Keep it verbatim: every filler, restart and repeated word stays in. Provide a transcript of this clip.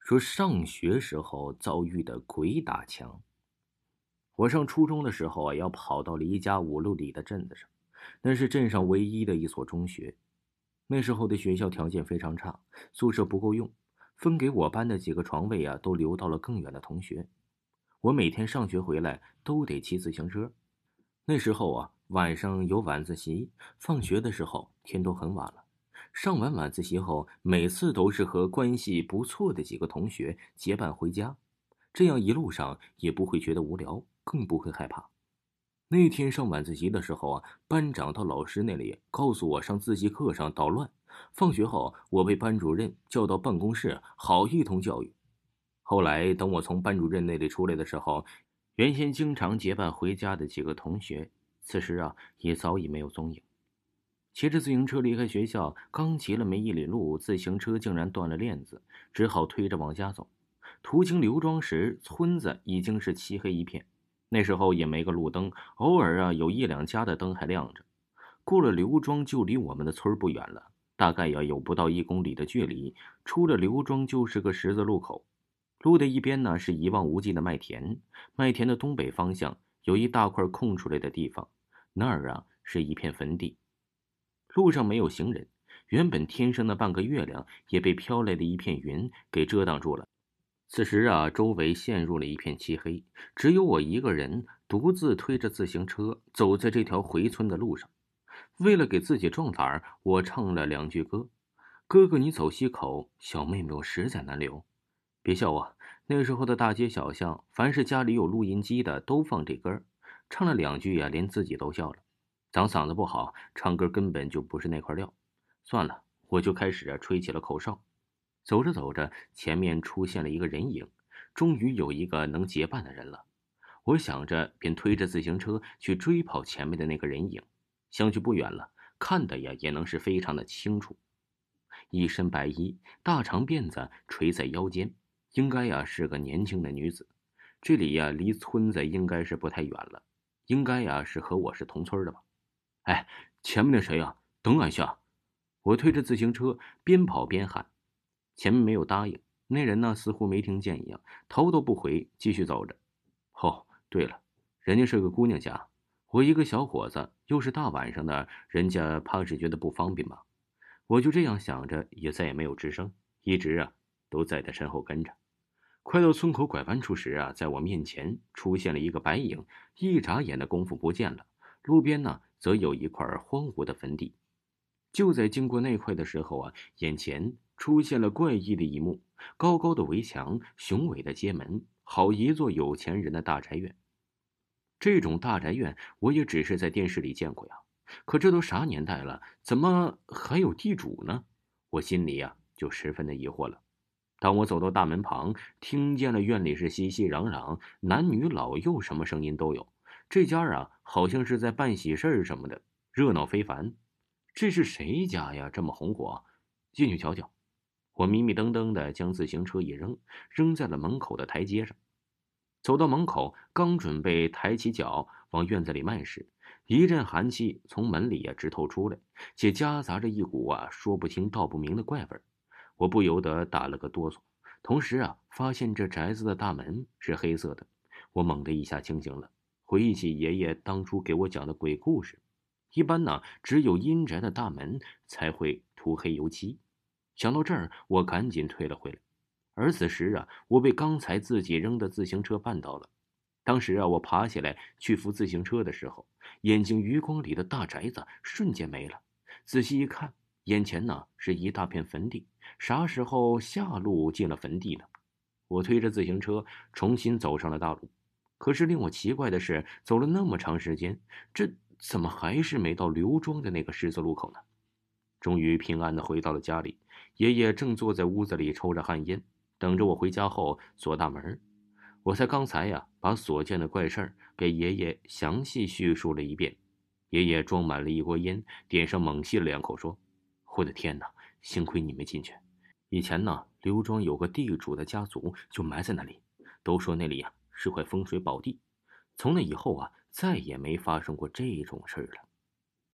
说上学时候遭遇的鬼打墙。我上初中的时候啊，要跑到离家五六里的镇子上，那是镇上唯一的一所中学。那时候的学校条件非常差，宿舍不够用，分给我班的几个床位啊，都留到了更远的同学。我每天上学回来都得骑自行车。那时候啊，晚上有晚自习，放学的时候天都很晚了。上完晚自习后，每次都是和关系不错的几个同学结伴回家，这样一路上也不会觉得无聊，更不会害怕。那天上晚自习的时候啊，班长到老师那里告诉我上自习课上捣乱，放学后我被班主任叫到办公室，好一通教育。后来等我从班主任那里出来的时候，原先经常结伴回家的几个同学，此时啊也早已没有踪影。骑着自行车离开学校，刚骑了没一里路，自行车竟然断了链子，只好推着往家走。途经刘庄时，村子已经是漆黑一片，那时候也没个路灯，偶尔啊有一两家的灯还亮着。过了刘庄就离我们的村不远了，大概呀有不到一公里的距离。出了刘庄就是个十字路口，路的一边呢是一望无际的麦田，麦田的东北方向有一大块空出来的地方，那儿啊是一片坟地。路上没有行人，原本天上的半个月亮也被飘来的一片云给遮挡住了。此时啊，周围陷入了一片漆黑，只有我一个人独自推着自行车走在这条回村的路上。为了给自己壮胆儿，我唱了两句歌：哥哥你走西口，小妹妹我实在难留。别笑我，那时候的大街小巷，凡是家里有录音机的都放这歌，唱了两句呀、啊，连自己都笑了。当嗓子不好，唱歌根本就不是那块料。算了，我就开始啊吹起了口哨。走着走着，前面出现了一个人影，终于有一个能结伴的人了。我想着，便推着自行车去追跑前面的那个人影。相距不远了，看的呀也能是非常的清楚。一身白衣，大长辫子垂在腰间，应该呀是个年轻的女子。这里呀离村子应该是不太远了，应该呀是和我是同村的吧。哎，前面那谁呀？等俺下！我推着自行车边跑边喊。前面没有答应，那人呢似乎没听见一样，头都不回，继续走着。哦，对了，人家是个姑娘家，我一个小伙子，又是大晚上的，人家怕是觉得不方便吧。我就这样想着，也再也没有吱声，一直啊都在他身后跟着。快到村口拐弯处时啊，在我面前出现了一个白影，一眨眼的功夫不见了。路边呢，则有一块荒芜的坟地。就在经过那块的时候啊，眼前出现了怪异的一幕：高高的围墙，雄伟的街门，好一座有钱人的大宅院。这种大宅院我也只是在电视里见过呀，可这都啥年代了，怎么还有地主呢？我心里呀就十分的疑惑了。当我走到大门旁，听见了院里是熙熙攘攘，男女老幼什么声音都有。这家啊好像是在办喜事什么的，热闹非凡。这是谁家呀？这么红火？进去瞧瞧。我迷迷瞪瞪的将自行车一扔，扔在了门口的台阶上。走到门口，刚准备抬起脚往院子里迈时，一阵寒气从门里呀直透出来，且夹杂着一股啊说不清道不明的怪味儿。我不由得打了个哆嗦，同时啊发现这宅子的大门是黑色的。我猛地一下清醒了，回忆起爷爷当初给我讲的鬼故事。一般呢，只有阴宅的大门才会涂黑油漆。想到这儿，我赶紧退了回来。而此时啊，我被刚才自己扔的自行车绊倒了。当时啊，我爬起来去扶自行车的时候，眼睛余光里的大宅子瞬间没了。仔细一看，眼前呢是一大片坟地。啥时候下路进了坟地呢？我推着自行车重新走上了大路。可是令我奇怪的是，走了那么长时间，这怎么还是没到刘庄的那个十字路口呢？终于平安的回到了家里，爷爷正坐在屋子里抽着旱烟，等着我回家后锁大门。我才刚才呀把所见的怪事儿给爷爷详细叙述了一遍。爷爷装满了一锅烟，点上猛吸了两口，说：我的天哪，幸亏你没进去。以前呢，刘庄有个地主的家族就埋在那里，都说那里呀是块风水宝地。从那以后啊，再也没发生过这种事儿了。